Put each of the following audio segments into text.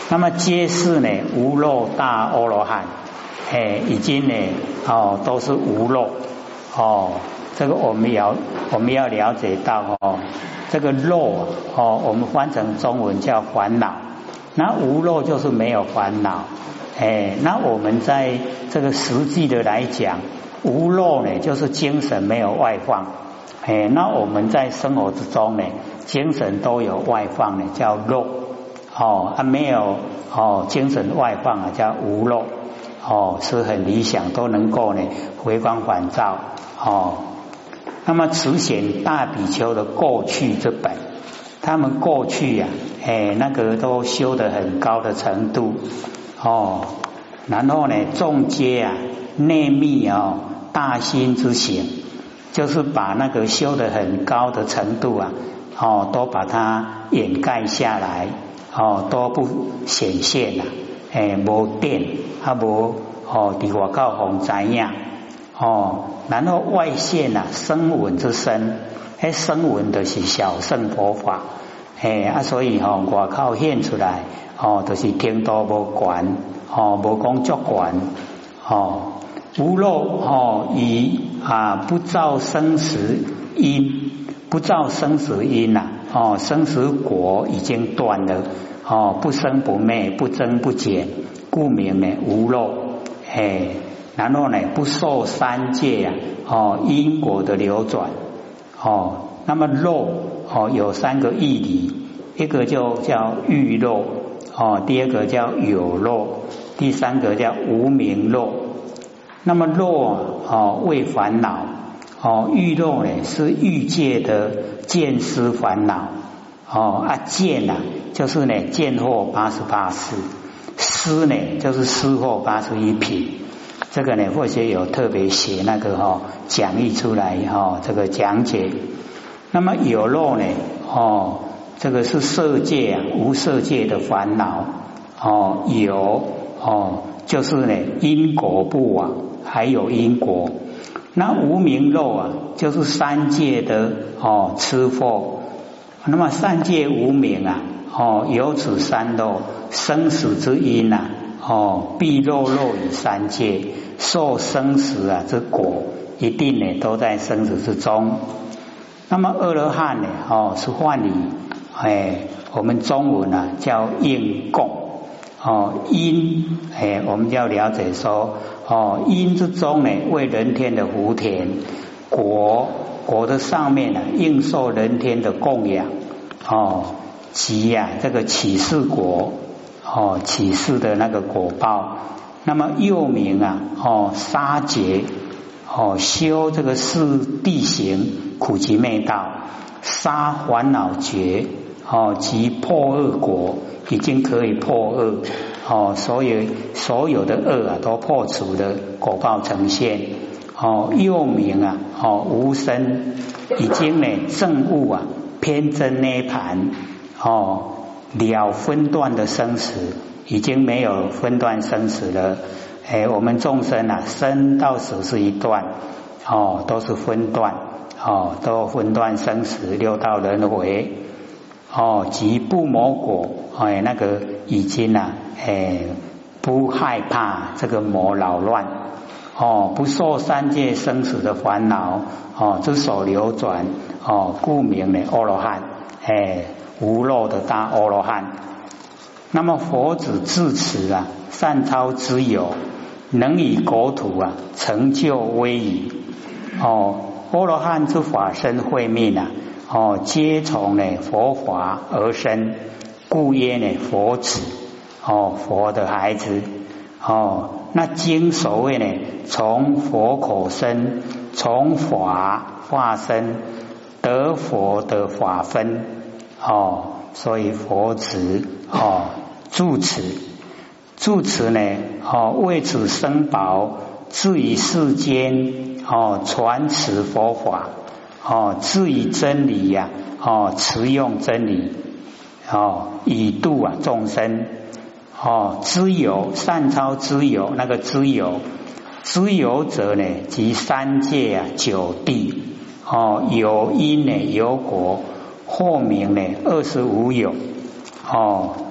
那么皆是呢无漏大阿罗汉，已经呢都是无漏这个我们要了解到这个漏我们翻成中文叫烦恼，那无漏就是没有烦恼。那我们在这个实际的来讲，无漏呢就是精神没有外放。那我们在生活之中呢，精神都有外放呢，叫漏没有精神外放叫无漏是很理想，都能够呢回光返照那么此显大比丘的过去之本，他们过去那个都修得很高的程度然后呢众皆内密大心之行，就是把那个修得很高的程度都把它掩盖下来都不显现无电无伫外口互知影然后外现声闻之身，声闻就是小乘佛法所以外口现出来就是程度无悬无讲足悬无漏以不造生死因，不造生死因生死果已经断了不生不灭，不增不减，故名呢无漏然后呢不受三界因果的流转那么漏有三个义理，一个就叫欲漏第二个叫有漏，第三个叫无明漏。那么漏为烦恼欲漏呢是欲界的见思烦恼见就是呢见惑88识，思呢就是思惑81品。这个呢或许有特别写那个讲义出来这个讲解。那么有漏呢这个是色界无色界的烦恼有就是呢因果不往，还有因果。那无明漏就是三界的痴惑。那么三界无明有此三漏，生死之因必漏于三界，受生死之果，一定呢都在生死之中。那么阿罗汉呢是梵语我们中文叫应供因我们要了解说因之中呢为人天的福田，果的上面应受人天的供养即这个起示果起示的那个果报。那么又名杀劫修这个是地行苦集灭道，杀烦恼劫及破恶果，已经可以破恶所有的恶都破除的果报呈现又名无生，已经呢证悟偏真涅盘了分段的生死，已经没有分段生死了我们众生生到死是一段都是分段都分段生死，六道轮回及不魔果那个已经不害怕这个魔扰乱不受三界生死的烦恼之所流转故名呢阿罗汉无漏的大阿罗汉。那么佛子至此善超之有，能以国土成就威仪阿罗汉之法身慧命皆从呢佛法而生，故曰呢佛子佛的孩子那经所谓呢从佛口生，从法化身，得佛的法分所以佛子住持呢为此生宝，至于世间传持佛法至于真理持用真理以度众生知有善超知有，那个知有者呢即三界九地有因呢有果，或名呢25有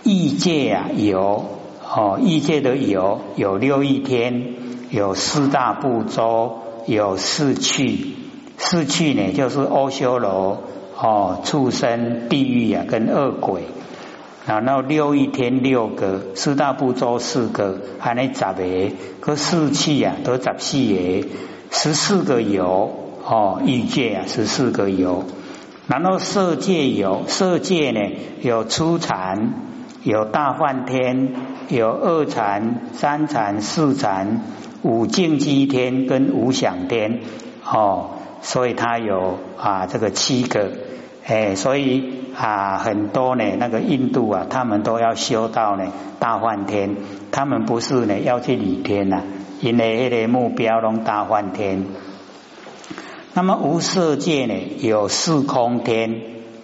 异界啊有异界的有六欲天，有四大部洲，有四趣。四趣呢就是阿修罗畜生、地狱啊跟恶鬼。然后六欲天6个，四大部洲4个，还那10个，个四趣啊都14个，14个有欲界啊14个有。然后色界有，色界呢有初禅，有大梵天，有二禅、三禅、四禅、五净居天跟无想天所以它有这个7个。所以很多呢那个印度啊，他们都要修到呢大梵天，他们不是呢要去理天因为那个目标拢大梵天。那么无色界呢有四空天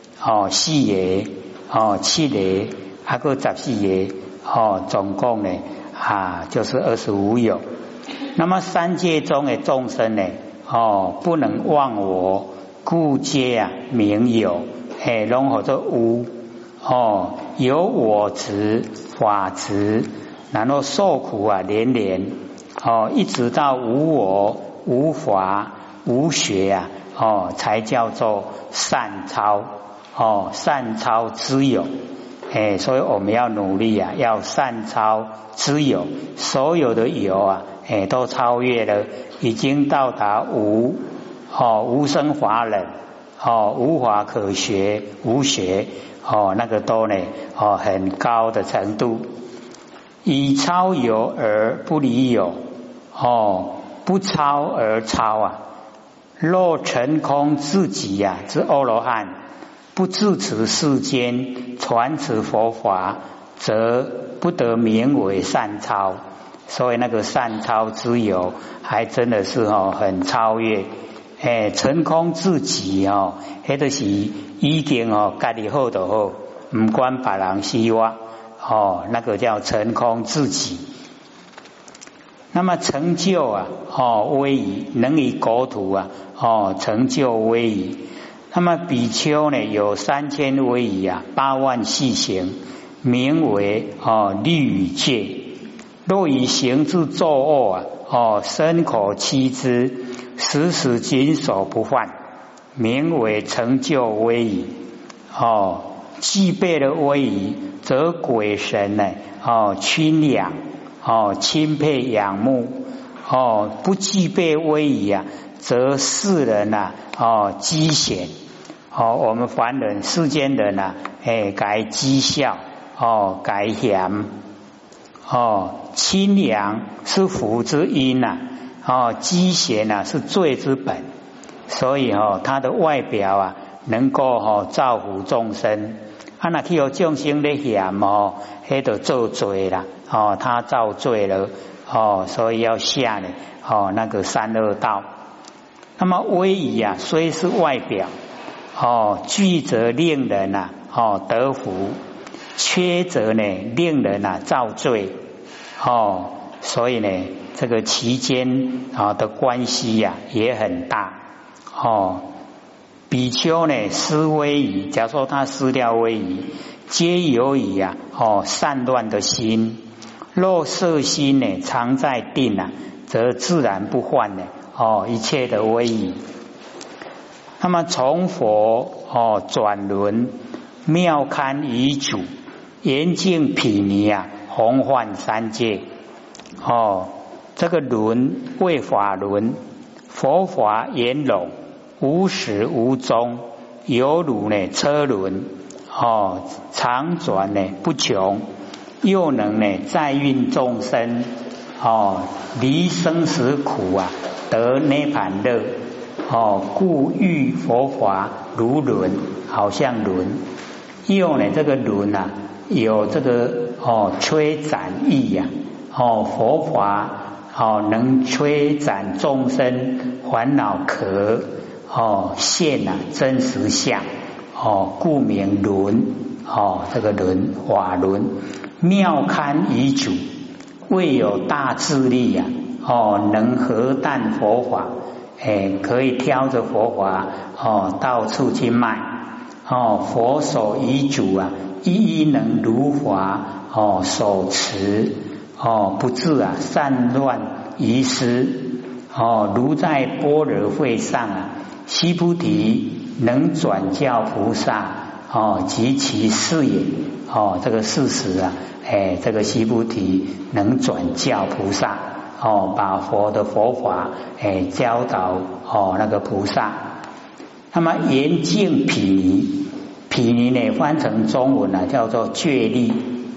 4个7个还有14个总共呢就是25有。那么三界中的众生呢不能忘我，故皆名有拢叫做无有我执、法执，然后受苦连连一直到无我、无法、无学才叫做善超善超之有。所以我们要努力要善超之有，所有的有都超越了，已经到达无生法忍无法可学，无学那个都呢很高的程度。以超有而不离有不超而超若成空自己之阿罗汉，不自持世间传持佛法，则不得名为善超。所以那个善超之有还真的是很超越成空自己那就是已经家己好就好，不管别人死活那个叫成空自己。那么成就威仪，能以国土成就威仪。那么比丘呢有3000威仪8万细行，名为律戒。若以行之作恶身口七之，时时谨守不犯，名为成就威仪。具备了威仪，则鬼神呢亲仰钦佩仰慕不具备威仪则世人讥嫌我们凡人世间人该讥笑该嫌亲仰是福之因讥嫌是罪之本。所以他的外表能够造福众生那去众生咧嫌那就做罪啦他造罪了所以要下呢那个三恶道。那么威仪虽是外表具则令人得福，缺则呢令人造罪所以呢这个期间的关系也很大比丘呢施威仪，假如说他施掉威仪，皆由于散乱的心，若色心呢常在定则自然不犯一切的威仪。那么从佛转轮，妙堪遗主，严净毗尼弘换三界这个轮为法轮，佛法圆融，无始无终，犹如车轮常转不穷，又能载运众生离生死苦得涅盘乐故欲佛法如轮，好像轮。又这个轮有这个摧斩意佛法能摧斩众生烦恼壳现真实相故名轮这个轮法轮。妙堪遗主，未有大智力能核淡佛法可以挑着佛法到处去卖佛所遗嘱啊，一一能如法手持不致散乱遗失如在般若会上须菩提能转教菩萨及其事也这个事实这个须菩提能转教菩萨把佛的佛法教导那个菩萨。那么严净毗尼，毗尼呢翻成中文叫做觉力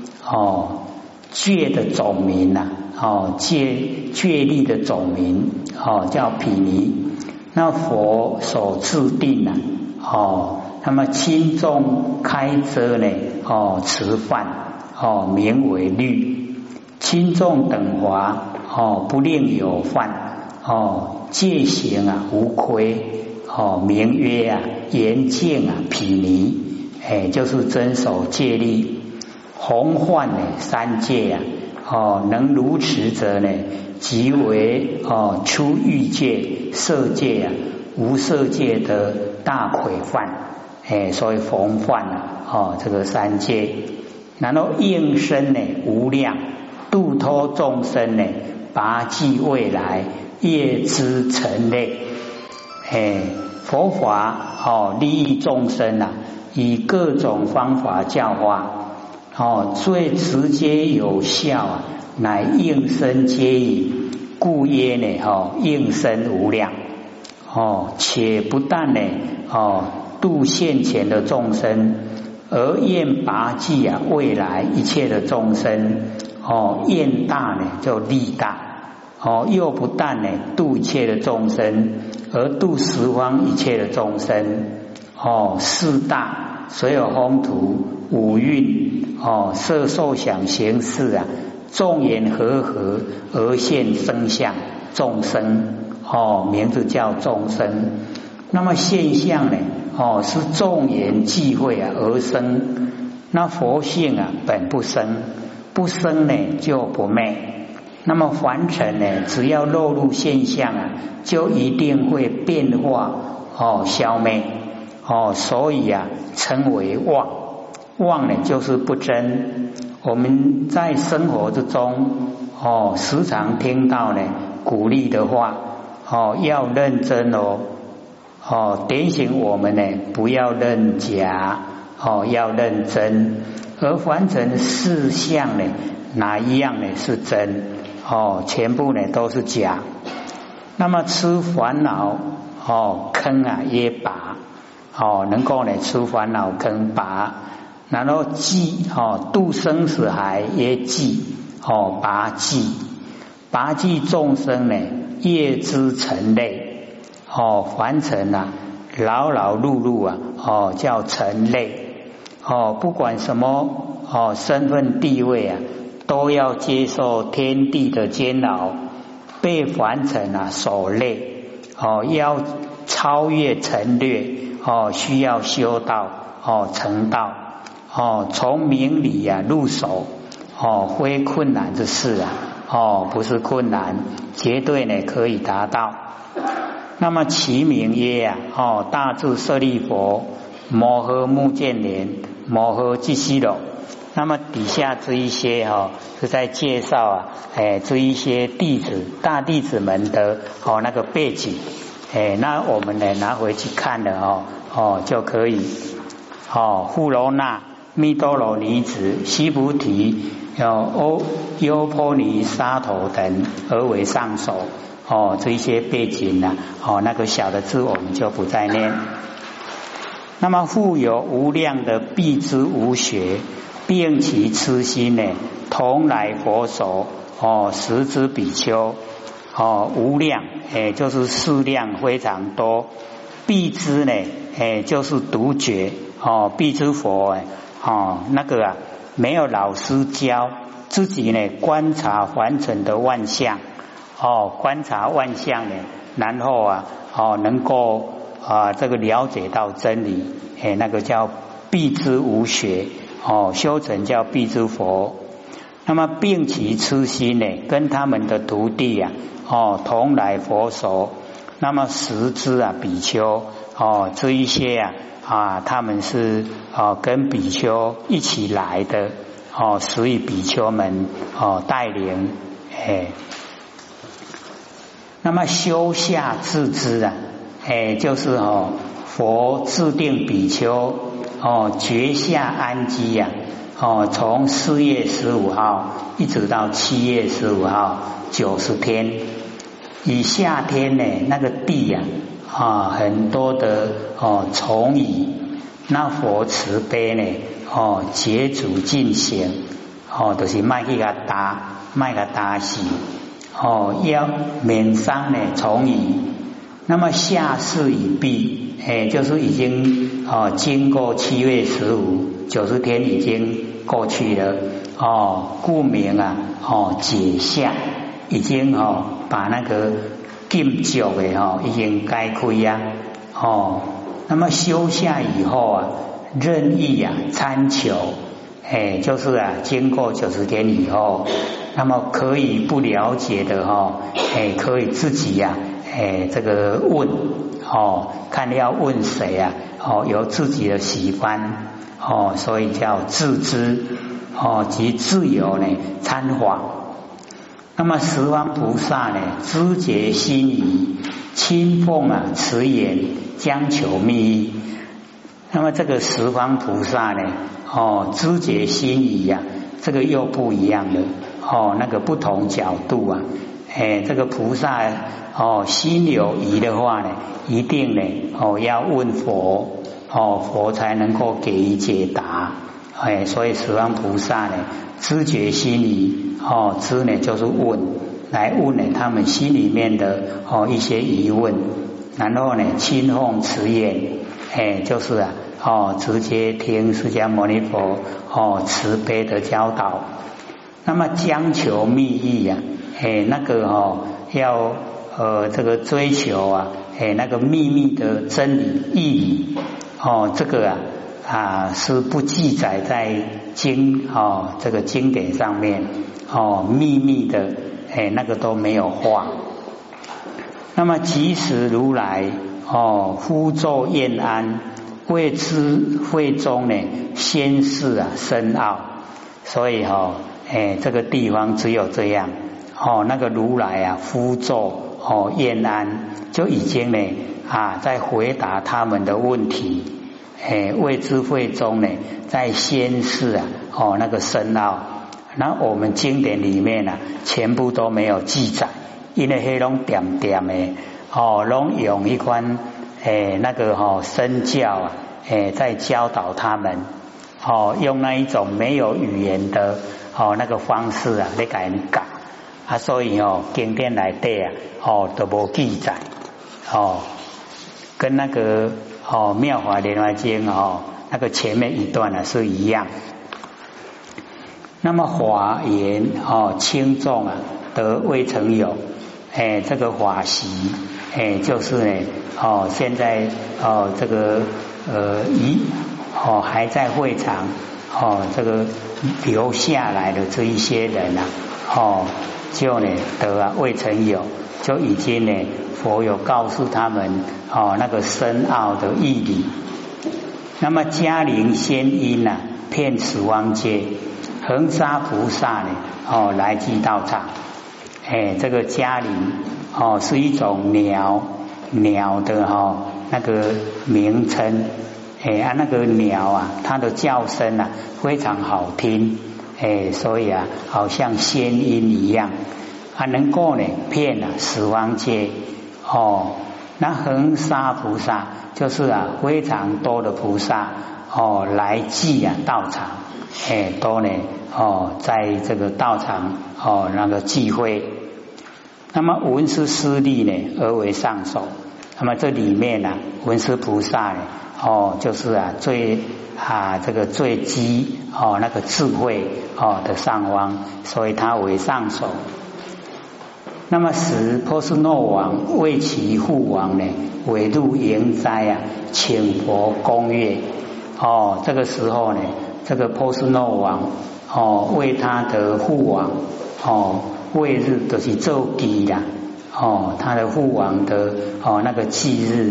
觉的总名觉力的总名叫毗尼。那佛所制定那么轻重开遮呢持犯名为律，轻重等华不令有犯戒行无亏名曰严净毗尼就是遵守戒律。弘范三戒能如持者呢，即为出欲界、色界无色界的大魁犯所以弘范这个三戒。然后应身无量，度脱众生拔济未来，业之成类。佛法利益众生以各种方法教化最直接有效乃应身接引，故曰应身无量且不但度现前的众生，而愿拔济未来一切的众生愿大就利大又不但度一切的众生，而度十方一切的众生四大所有风土五蕴色受想行识众缘和合而现生相众生名字叫众生。那么现象是众缘际会而生。那佛性本不生，不生就不灭。那么凡尘只要落入现象就一定会变化消灭所以称为妄。妄就是不真。我们在生活之中时常听到鼓励的话要认真点醒我们不要认假要认真。而凡尘事相哪一样是真全部都是假。那么吃烦恼坑也拔能够吃烦恼坑拔。然后济度生死海也济拔济，拔济众生业之成类凡尘劳劳碌碌叫成类不管什么身份地位都要接受天地的煎熬，被凡尘所累要超越尘略需要修道成道从明理入手非困难之事不是困难，绝对可以达到。那么其名曰大智舍利佛摩诃目犍连摩诃寂西楼。那么底下这一些是在介绍这一些弟子大弟子们的那个背景那我们拿回去看了就可以富罗那密多罗尼子须菩提优波尼沙头等而为上首这一些背景那个小的字我们就不再念。那么复有无量的必知无学，并其痴心同来佛手十之比丘无量就是数量非常多。必知就是独觉必知佛那个没有老师教，自己观察凡尘的万象观察万象然后能够这个了解到真理那个叫必知无学修成叫必知佛。那么并其痴心跟他们的徒弟同来佛手，那么十之比丘这一些他们是跟比丘一起来的所以比丘们带领那么修下自知就是佛制定比丘觉下安基从4月15号一直到7月15号90天，以夏天呢那个地很多的虫蚁，那佛慈悲呢解除进行就是卖去个打死要免伤呢虫蚁。那么夏世已毕就是已经经过7月15 90天已经过去了故名解夏，已经把那个禁咒的已经解开那么修下以后任意参求就是经过90天以后，那么可以不了解的可以自己这个问看要问谁有自己的喜欢所以叫自知即自由呢参法。那么十方菩萨呢知觉心仪，亲奉持言，将求密意。那么这个十方菩萨呢知觉心仪这个又不一样了那个不同角度这个菩萨心有疑的话呢，一定呢要问佛佛才能够给予解答所以十方菩萨呢知觉心仪知呢就是问，来问呢他们心里面的一些疑问，然后呢亲奉持言就是直接听释迦牟尼佛慈悲的教导。那么将求密意那个要这个追求那个秘密的真理义理这个是不记载在经这个经典上面秘密的那个都没有画。那么即时如来呼咒宴安，为知会中呢先是深奥，所以这个地方只有这样那个如来呼咒宴安，就已经呢在回答他们的问题为知会中呢在先是那个深奥，那我们经典里面全部都没有记载，因为黑龙点点的拢用一款那个身教在教导他们用那一种没有语言的那个方式来给人讲所以经典内底都无记载跟那个妙法莲华经那个前面一段是一样。那么华严轻重得未曾有这个法席就是呢现在这个还在会场这个留下来的这一些人就呢得未曾有，就已经呢佛有告诉他们那个深奥的义理。那么迦陵仙音遍十方界，恒沙菩萨呢来即道场这个迦陵是一种鸟的那个名称那个鸟它的叫声非常好听所以好像仙音一样能够呢遍十方界那恒沙菩萨就是非常多的菩萨来即道场都呢在这个道场那个聚会。那么文殊师利呢而为上首，那么这里面文殊菩萨就是最这个最积那个智慧的上方，所以他为上首。那么使波斯诺王为其父王呢围入营斋请佛恭阅这个时候呢这个波斯诺王为他的父王为日就是做祭他的父王的那个忌日，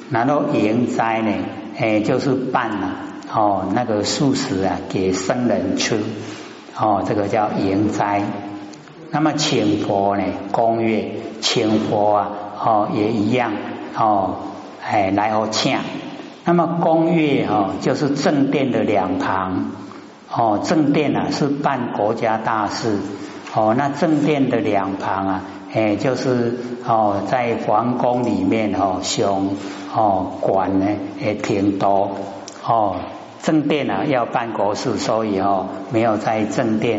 然后营斋呢，就是办那个素食啊给僧人吃，这个叫营斋。那么请佛呢，供乐请佛啊，也一样来请。那么供乐就是正殿的两旁，正殿是办国家大事，那正殿的两旁啊，就是在皇宫里面像管呢挺多正殿要办国事，所以没有在正殿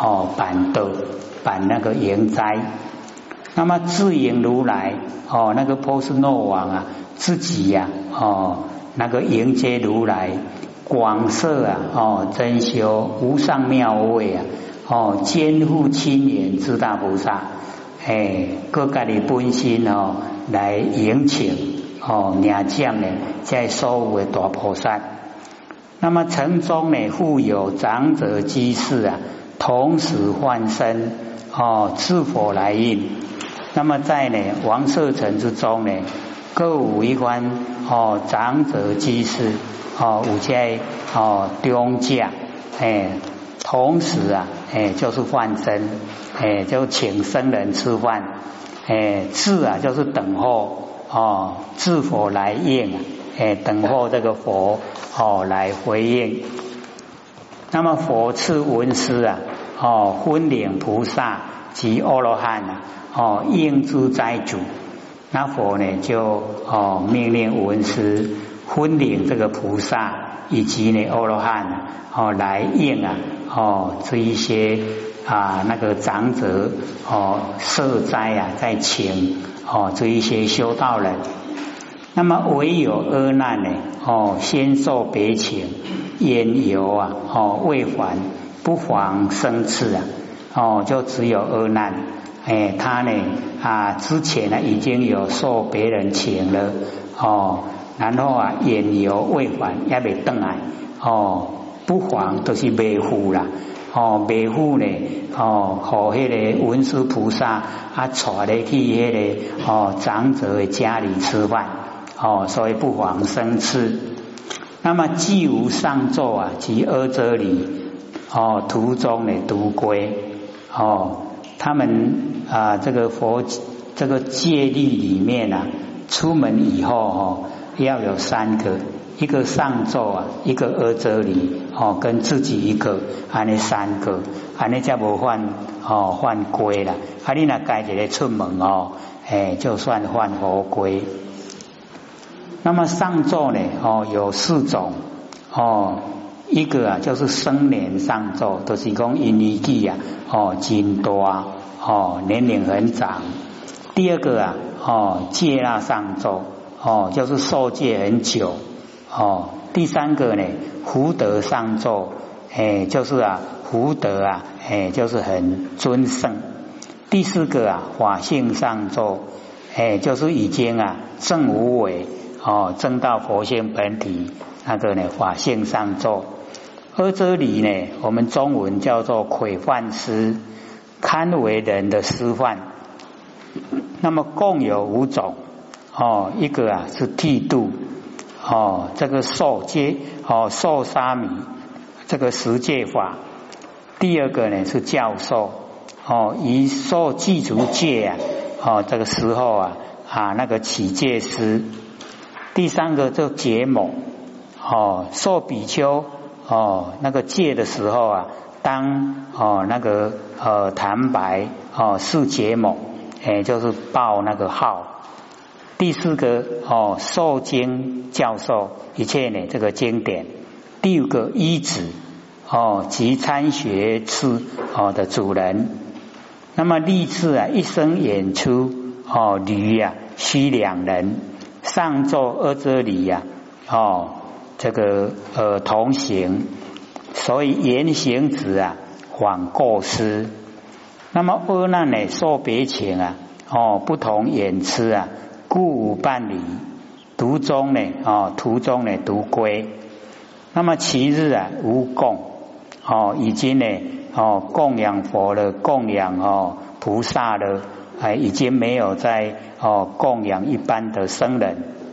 办那个营斋。那么智营如来那个波斯诺王自己那个迎接如来，广设真修无上妙位肩负亲缘之大菩萨，各家己本身来迎请领奖呢，在所有的大菩萨。那么城中呢，复有长者居士同时换身赐佛来应。那么在呢王舍城之中呢，各有一番长者居士有在中驾同时就是换身就请僧人吃饭至就是等候至佛来应等候这个佛来回应。那么佛赐文师分领菩萨及阿罗汉应之斋主。那佛呢就命令文师分领这个菩萨以及呢阿罗汉来应这一些那个长者设斋在请这一些修道人。那么唯有阿难呢先受别请，焉由未还，不妨生次就只有阿难他呢之前呢已经有受别人请了然后焉由未还，也未回来不妨都是未付啦未付呢和那个文殊菩萨带你去那个长者的家里吃饭所以不妨生次。那么既无上座及阿遮里途中呢独归他们这个佛这个戒律里面出门以后要有三个，一个上座一个阿遮里跟自己一个，安尼三个，安尼才无犯规啦。你若家一个出门就算犯佛规。那么上座呢有四种一个就是生年上座，就是讲因年纪真大年龄很长。第二个戒那上座就是受戒很久第三个呢福德上座就是福德就是很尊胜。第四个法性上座就是已经证无为证到佛性本体，那个呢法性上座。阿遮里呢我们中文叫做跬饭师，堪为人的师范。那么共有五种一个是剃度这个受戒受沙弥这个十戒法。第二个呢是教授以受具足戒这个时候那个起戒师。第三个就结盟受比丘那个戒的时候当那个坦白是结盟就是报那个号。第四个受经教授一切呢这个经典。第五个依止及参学次的主人。那么历次一生演出驴须两人，上座阿遮里这个同行，所以言行止缓过失。那么阿难呢受别请不同演吃故无伴侣，途中呢独归。那么其日无供已经呢供养佛了，供养菩萨了已经没有在供养一般的僧人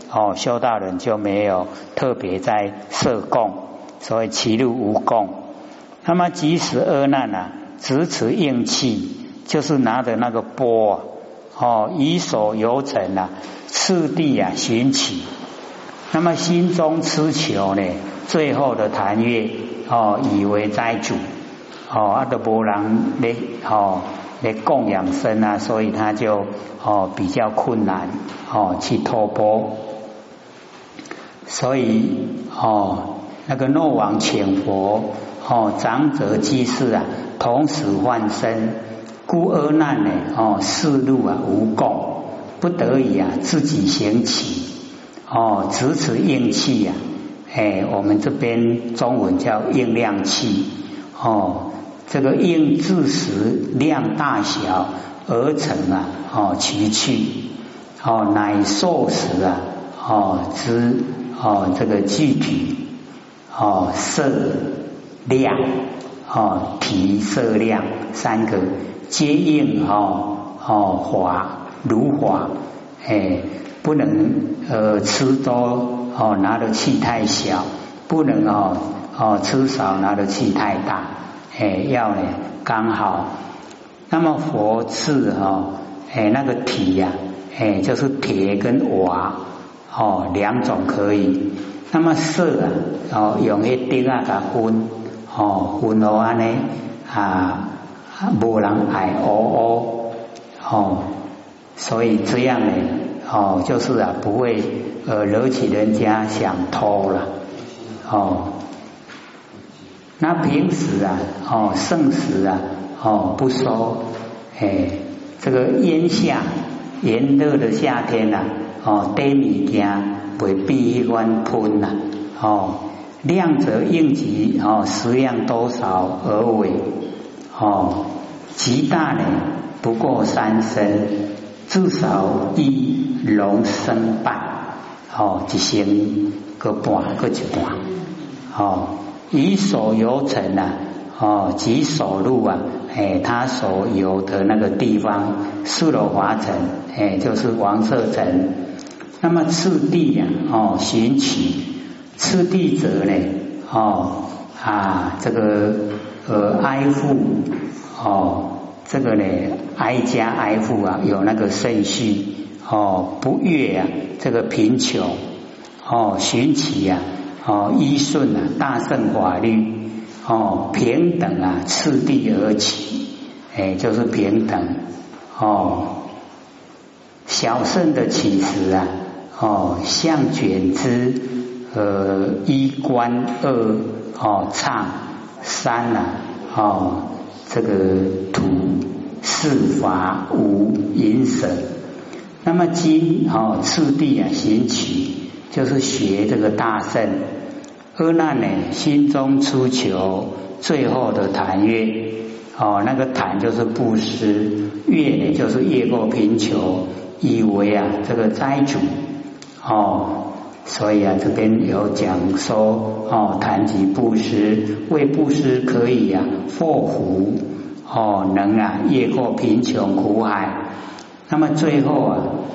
修道人就没有特别在设供，所以其路无供。那么即使阿难啊，直持应气，就是拿着那个钵以手游尘啊，次第啊寻起。那么心中痴求呢，最后的檀越以为斋主都没人来供养身啊，所以他就比较困难去托钵。所以那个诺王请佛长者居士啊，同时换身，故阿难呢世路啊无供，不得已啊自己行起直持应气啊，我们这边中文叫应量气这个应自时量大小而成啊其趣乃受时啊之这个具体色量体色量三个皆应华如华不能吃多拿的气太小，不能吃少拿的气太大，要呢刚好。那么佛赐那个体呀就是铁跟瓦两种可以。那么色用迄钉啊甲分分到安尼无人爱所以这样呢就是不会惹起人家想偷了那平时盛时不收这个炎夏炎热的夏天堆物件袂比迄款喷量则应急食量多少而为极大呢不过3升，至少一龙升半一升个半个一半以手游尘即手路他所游的那个地方四罗华尘就是王舍尘。那么次第寻起，次第者呢这个哀父这个呢哀家哀父有那个顺序不越这个贫穷寻起依顺大乘法律平等次第而起就是平等小乘的起时相卷之衣冠二唱三这个土四法五淫舍。那么今次第行起，就是学这个大乘。阿难呢心中出求最后的檀越那个檀就是布施，越呢就是越过贫穷，以为这个斋主所以这边有讲说谈及布施，为布施可以祸福能越过贫穷苦海。那么最后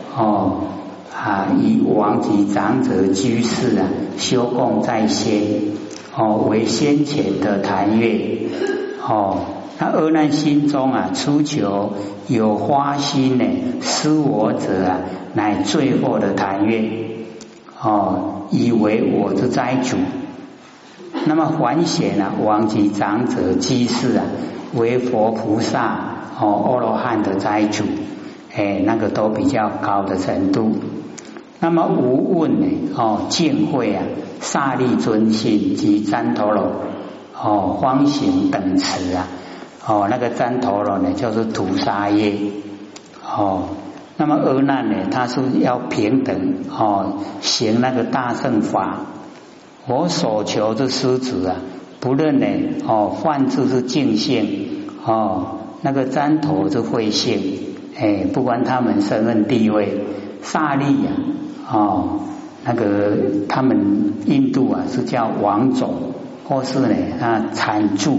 以王级长者居士修供在先为先前的檀越那阿难心中出求有花心呢，施我者乃最后的檀越以为我之斋主。那么还显王级长者居士为佛菩萨阿罗汉的斋主那个都比较高的程度。那么无问呢净慧萨利尊信及旃陀罗方行等持那个旃陀罗呢就是屠杀业那么阿难呢他是要平等行那个大乘法。我所求之师子不论呢梵志是净性那个旃陀是慧性不管他们身份地位，萨利那个他们印度是叫王种，或是呢禅住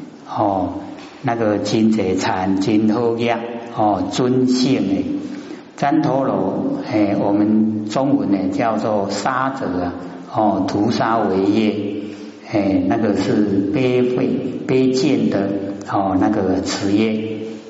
那个真济禅真好业尊姓旃陀罗，我们中文呢叫做杀者啊，屠杀为业，那个是卑贱的那个词业，